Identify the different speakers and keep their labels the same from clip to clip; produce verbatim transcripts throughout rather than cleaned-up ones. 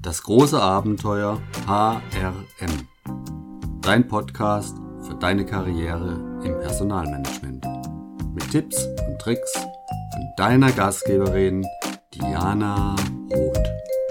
Speaker 1: Das große Abenteuer H R M. Dein Podcast für deine Karriere im Personalmanagement. Mit Tipps und Tricks von deiner Gastgeberin Diana Roth.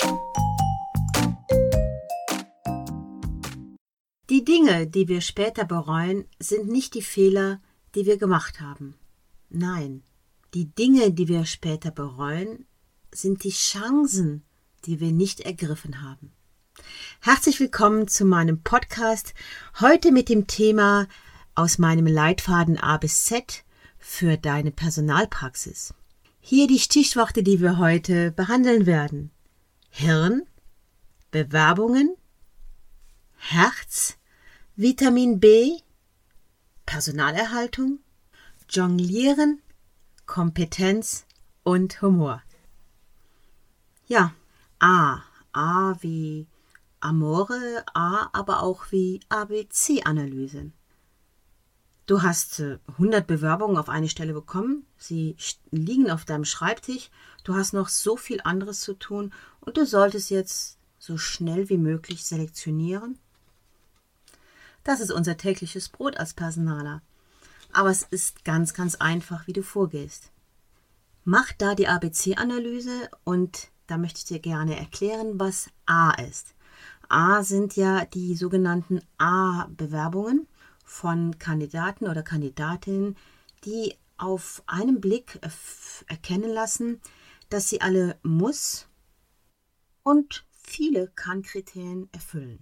Speaker 2: Die Dinge, die wir später bereuen, sind nicht die Fehler, die wir gemacht haben. Nein, die Dinge, die wir später bereuen, sind die Chancen, die wir nicht ergriffen haben. Herzlich willkommen zu meinem Podcast, heute mit dem Thema aus meinem Leitfaden A bis Z für deine Personalpraxis. Hier die Stichworte, die wir heute behandeln werden. Hirn, Bewerbungen, Herz, Vitamin B, Personalerhaltung, Jonglieren, Kompetenz und Humor. Ja, A. A wie Amore, A aber auch wie A B C-Analyse. Du hast äh, hundert Bewerbungen auf eine Stelle bekommen, sie liegen auf deinem Schreibtisch, du hast noch so viel anderes zu tun und du solltest jetzt so schnell wie möglich selektionieren. Das ist unser tägliches Brot als Personaler. Aber es ist ganz, ganz einfach, wie du vorgehst. Mach da die A B C-Analyse und da möchte ich dir gerne erklären, was A ist. A sind ja die sogenannten A-Bewerbungen von Kandidaten oder Kandidatinnen, die auf einen Blick erkennen lassen, dass sie alle Muss- und viele Kann-Kriterien erfüllen.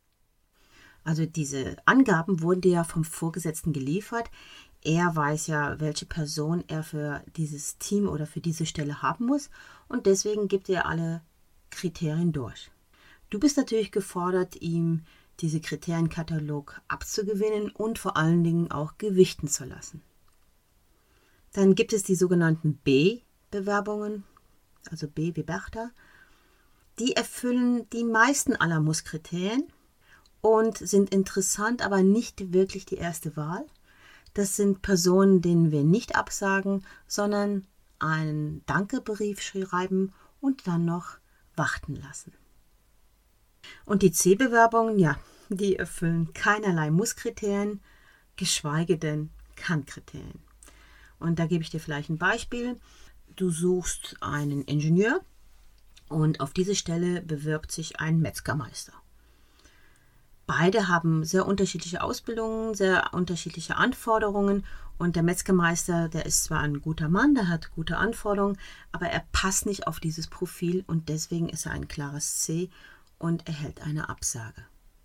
Speaker 2: Also diese Angaben wurden dir ja vom Vorgesetzten geliefert. Er weiß ja, welche Person er für dieses Team oder für diese Stelle haben muss und deswegen gibt er alle Kriterien durch. Du bist natürlich gefordert, ihm diese Kriterienkatalog abzugewinnen und vor allen Dingen auch gewichten zu lassen. Dann gibt es die sogenannten B-Bewerbungen, also B wie Bertha. Die erfüllen die meisten aller Muss-Kriterien und sind interessant, aber nicht wirklich die erste Wahl. Das sind Personen, denen wir nicht absagen, sondern einen Dankebrief schreiben und dann noch warten lassen. Und die C-Bewerbungen, ja, die erfüllen keinerlei Muss-Kriterien, geschweige denn Kann-Kriterien. Und da gebe ich dir vielleicht ein Beispiel. Du suchst einen Ingenieur und auf diese Stelle bewirbt sich ein Metzgermeister. Beide haben sehr unterschiedliche Ausbildungen, sehr unterschiedliche Anforderungen und der Metzgermeister, der ist zwar ein guter Mann, der hat gute Anforderungen, aber er passt nicht auf dieses Profil und deswegen ist er ein klares C und erhält eine Absage.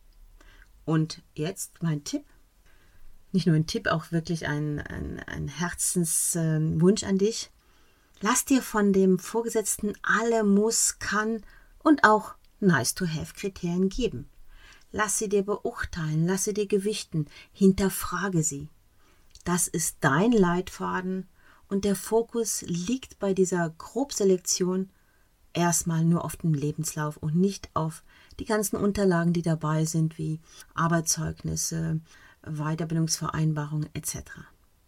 Speaker 2: Und jetzt mein Tipp, nicht nur ein Tipp, auch wirklich ein, ein, ein Herzenswunsch an dich. Lass dir von dem Vorgesetzten alle Muss, Kann und auch Nice-to-have-Kriterien geben. Lass sie dir beurteilen, lass sie dir gewichten, hinterfrage sie. Das ist dein Leitfaden und der Fokus liegt bei dieser Grobselektion erstmal nur auf dem Lebenslauf und nicht auf die ganzen Unterlagen, die dabei sind, wie Arbeitszeugnisse, Weiterbildungsvereinbarungen et cetera.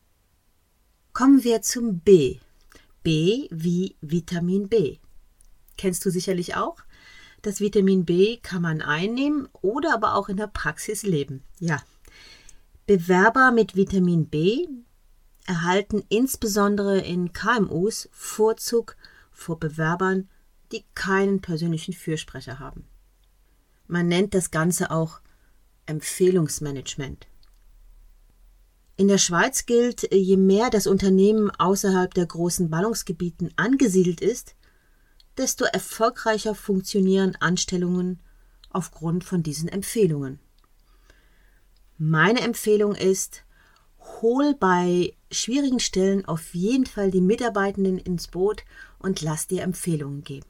Speaker 2: Kommen wir zum B. B wie Vitamin B. Kennst du sicherlich auch? Das Vitamin B kann man einnehmen oder aber auch in der Praxis leben. Ja, Bewerber mit Vitamin B erhalten insbesondere in K M Us Vorzug vor Bewerbern, die keinen persönlichen Fürsprecher haben. Man nennt das Ganze auch Empfehlungsmanagement. In der Schweiz gilt, je mehr das Unternehmen außerhalb der großen Ballungsgebieten angesiedelt ist, desto erfolgreicher funktionieren Anstellungen aufgrund von diesen Empfehlungen. Meine Empfehlung ist, hol bei schwierigen Stellen auf jeden Fall die Mitarbeitenden ins Boot und lass dir Empfehlungen geben.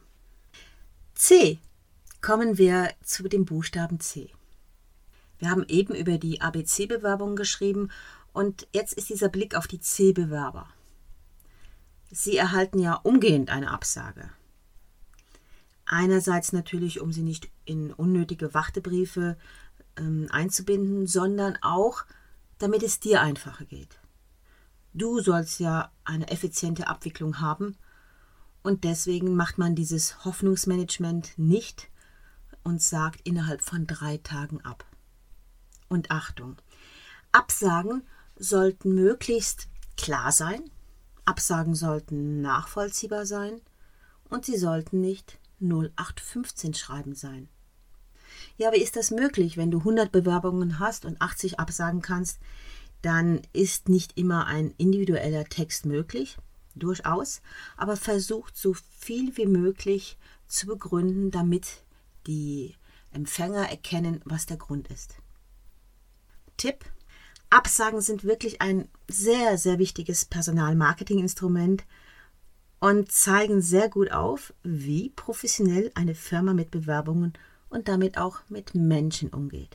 Speaker 2: C. Kommen wir zu dem Buchstaben C. Wir haben eben über die A B C-Bewerbung geschrieben und jetzt ist dieser Blick auf die C-Bewerber. Sie erhalten ja umgehend eine Absage. Einerseits natürlich, um sie nicht in unnötige Wartebriefe ähm, einzubinden, sondern auch, damit es dir einfacher geht. Du sollst ja eine effiziente Abwicklung haben und deswegen macht man dieses Hoffnungsmanagement nicht, und sagt innerhalb von drei Tagen ab. Und Achtung, Absagen sollten möglichst klar sein, Absagen sollten nachvollziehbar sein und sie sollten nicht null acht fünfzehn schreiben sein. Ja, wie ist das möglich? Wenn du hundert Bewerbungen hast und achtzig absagen kannst, dann ist nicht immer ein individueller Text möglich, durchaus, aber versucht so viel wie möglich zu begründen, damit die Empfänger erkennen, was der Grund ist. Tipp: Absagen sind wirklich ein sehr, sehr wichtiges Personalmarketinginstrument und zeigen sehr gut auf, wie professionell eine Firma mit Bewerbungen und damit auch mit Menschen umgeht.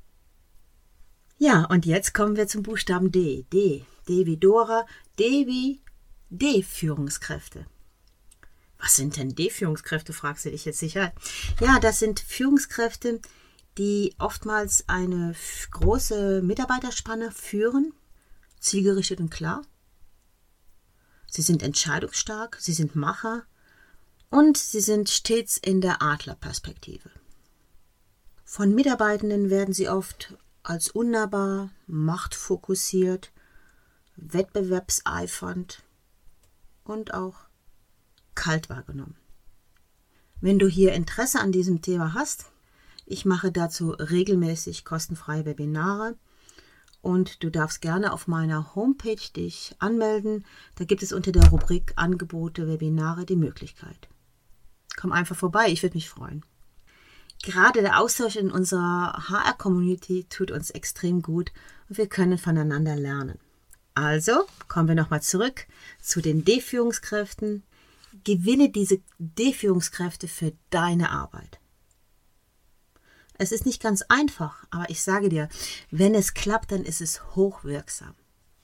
Speaker 2: Ja, und jetzt kommen wir zum Buchstaben D. D. D wie Dora, D wie D-Führungskräfte. Was sind denn D-Führungskräfte, fragst du dich jetzt sicher. Ja, das sind Führungskräfte, die oftmals eine große Mitarbeiterspanne führen, zielgerichtet und klar. Sie sind entscheidungsstark, sie sind Macher und sie sind stets in der Adlerperspektive. Von Mitarbeitenden werden sie oft als unnahbar, machtfokussiert, wettbewerbseifernd und auch kalt wahrgenommen. Wenn du hier Interesse an diesem Thema hast, ich mache dazu regelmäßig kostenfreie Webinare und du darfst gerne auf meiner Homepage dich anmelden. Da gibt es unter der Rubrik Angebote, Webinare die Möglichkeit. Komm einfach vorbei, ich würde mich freuen. Gerade der Austausch in unserer H R-Community tut uns extrem gut und wir können voneinander lernen. Also kommen wir nochmal zurück zu den D-Führungskräften. Gewinne diese D-Führungskräfte für deine Arbeit. Es ist nicht ganz einfach, aber ich sage dir, wenn es klappt, dann ist es hochwirksam.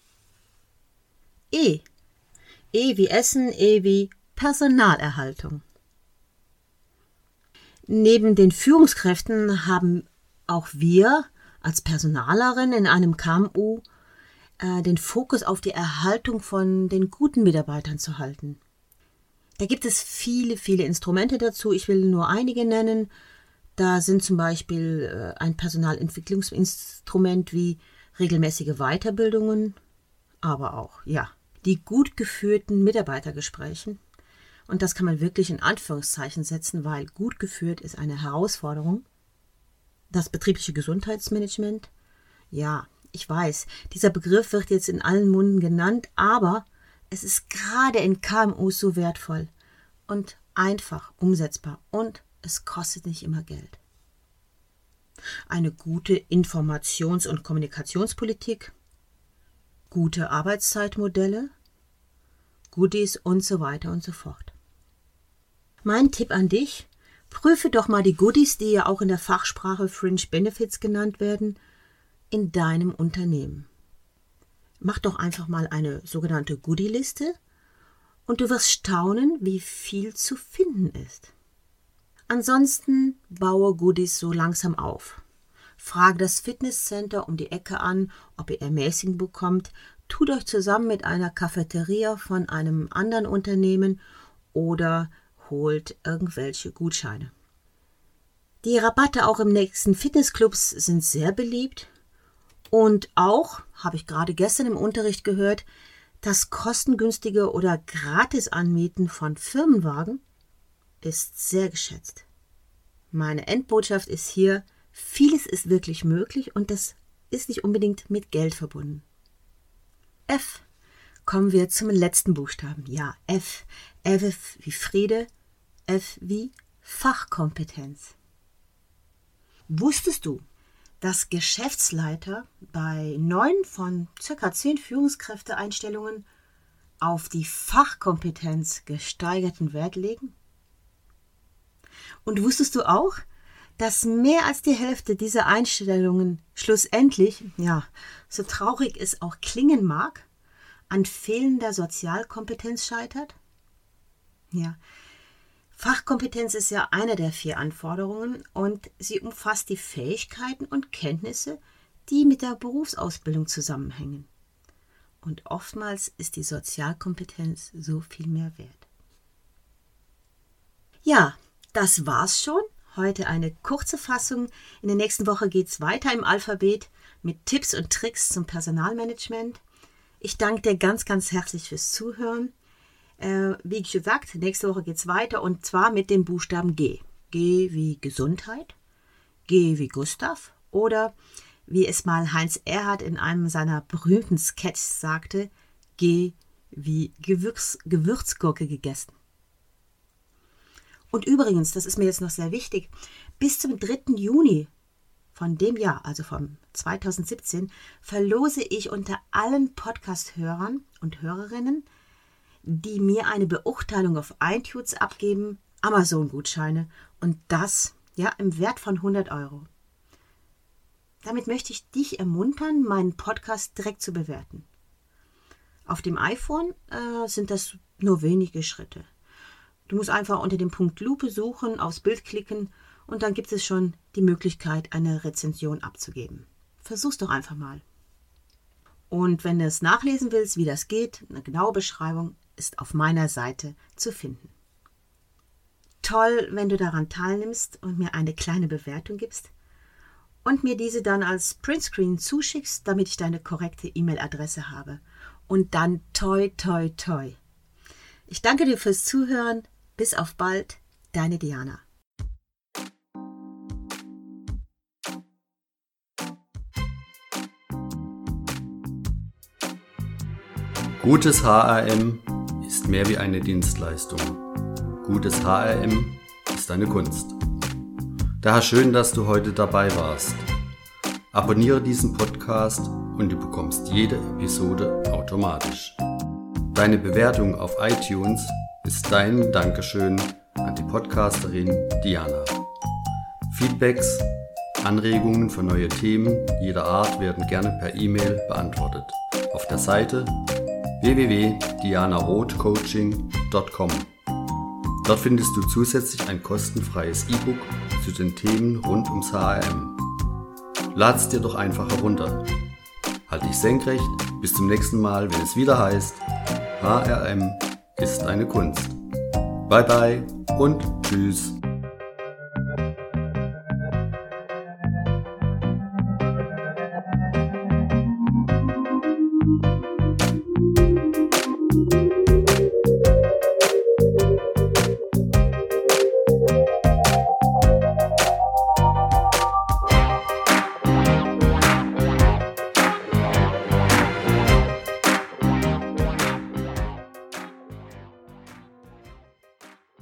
Speaker 2: E. E wie Essen, E wie Personalerhaltung. Neben den Führungskräften haben auch wir als Personalerin in einem K M U äh, den Fokus auf die Erhaltung von den guten Mitarbeitern zu halten. Da gibt es viele, viele Instrumente dazu. Ich will nur einige nennen. Da sind zum Beispiel äh, ein Personalentwicklungsinstrument wie regelmäßige Weiterbildungen, aber auch ja die gut geführten Mitarbeitergespräche. Und das kann man wirklich in Anführungszeichen setzen, weil gut geführt ist eine Herausforderung. Das betriebliche Gesundheitsmanagement. Ja, ich weiß, dieser Begriff wird jetzt in allen Munden genannt, aber es ist gerade in K M Us so wertvoll und einfach umsetzbar und es kostet nicht immer Geld. Eine gute Informations- und Kommunikationspolitik, gute Arbeitszeitmodelle, Goodies und so weiter und so fort. Mein Tipp an dich: Prüfe doch mal die Goodies, die ja auch in der Fachsprache Fringe Benefits genannt werden, in deinem Unternehmen. Mach doch einfach mal eine sogenannte Goodie-Liste und du wirst staunen, wie viel zu finden ist. Ansonsten baue Goodies so langsam auf. Frage das Fitnesscenter um die Ecke an, ob ihr Ermäßigung bekommt. Tut euch zusammen mit einer Cafeteria von einem anderen Unternehmen oder holt irgendwelche Gutscheine. Die Rabatte auch im nächsten Fitnessclubs sind sehr beliebt. Und auch, habe ich gerade gestern im Unterricht gehört, das kostengünstige oder gratis Anmieten von Firmenwagen ist sehr geschätzt. Meine Endbotschaft ist hier: Vieles ist wirklich möglich und das ist nicht unbedingt mit Geld verbunden. F. Kommen wir zum letzten Buchstaben. Ja, F. F wie Friede, F wie Fachkompetenz. Wusstest du, dass Geschäftsleiter bei neun von ca. zehn Führungskräfteeinstellungen auf die Fachkompetenz gesteigerten Wert legen? Und wusstest du auch, dass mehr als die Hälfte dieser Einstellungen schlussendlich, ja, so traurig es auch klingen mag, an fehlender Sozialkompetenz scheitert? Ja, Fachkompetenz ist ja eine der vier Anforderungen und sie umfasst die Fähigkeiten und Kenntnisse, die mit der Berufsausbildung zusammenhängen. Und oftmals ist die Sozialkompetenz so viel mehr wert. Ja, das war's schon Heute eine kurze Fassung. In der nächsten Woche geht es weiter im Alphabet mit Tipps und Tricks zum Personalmanagement. Ich danke dir ganz, ganz herzlich fürs Zuhören. Äh, wie gesagt, nächste Woche geht es weiter und zwar mit dem Buchstaben G. G wie Gesundheit, G wie Gustav oder wie es mal Heinz Erhardt in einem seiner berühmten Sketches sagte, G wie Gewürz, Gewürzgurke gegessen. Und übrigens, das ist mir jetzt noch sehr wichtig, bis zum dritten Juni von dem Jahr, also vom zweitausendsiebzehn, verlose ich unter allen Podcast-Hörern und Hörerinnen, die mir eine Beurteilung auf iTunes abgeben, Amazon-Gutscheine und das ja im Wert von hundert Euro. Damit möchte ich dich ermuntern, meinen Podcast direkt zu bewerten. Auf dem iPhone äh, sind das nur wenige Schritte. Du musst einfach unter dem Punkt Lupe suchen, aufs Bild klicken und dann gibt es schon die Möglichkeit, eine Rezension abzugeben. Versuch's doch einfach mal. Und wenn du es nachlesen willst, wie das geht, eine genaue Beschreibung ist auf meiner Seite zu finden. Toll, wenn du daran teilnimmst und mir eine kleine Bewertung gibst und mir diese dann als Printscreen zuschickst, damit ich deine korrekte E-Mail-Adresse habe. Und dann toi, toi, toi. Ich danke dir fürs Zuhören. Bis auf bald, deine Diana.
Speaker 1: Gutes H R M ist mehr wie eine Dienstleistung. Gutes H R M ist eine Kunst. Daher schön, dass du heute dabei warst. Abonniere diesen Podcast und du bekommst jede Episode automatisch. Deine Bewertung auf iTunes ist dein Dankeschön an die Podcasterin Diana. Feedbacks, Anregungen für neue Themen jeder Art werden gerne per E-Mail beantwortet. Auf der Seite w w w punkt diana roth coaching punkt com. Dort findest du zusätzlich ein kostenfreies E-Book zu den Themen rund ums H R M. Lad's dir doch einfach herunter. Halt dich senkrecht, bis zum nächsten Mal, wenn es wieder heißt, H R M ist eine Kunst. Bye bye und tschüss.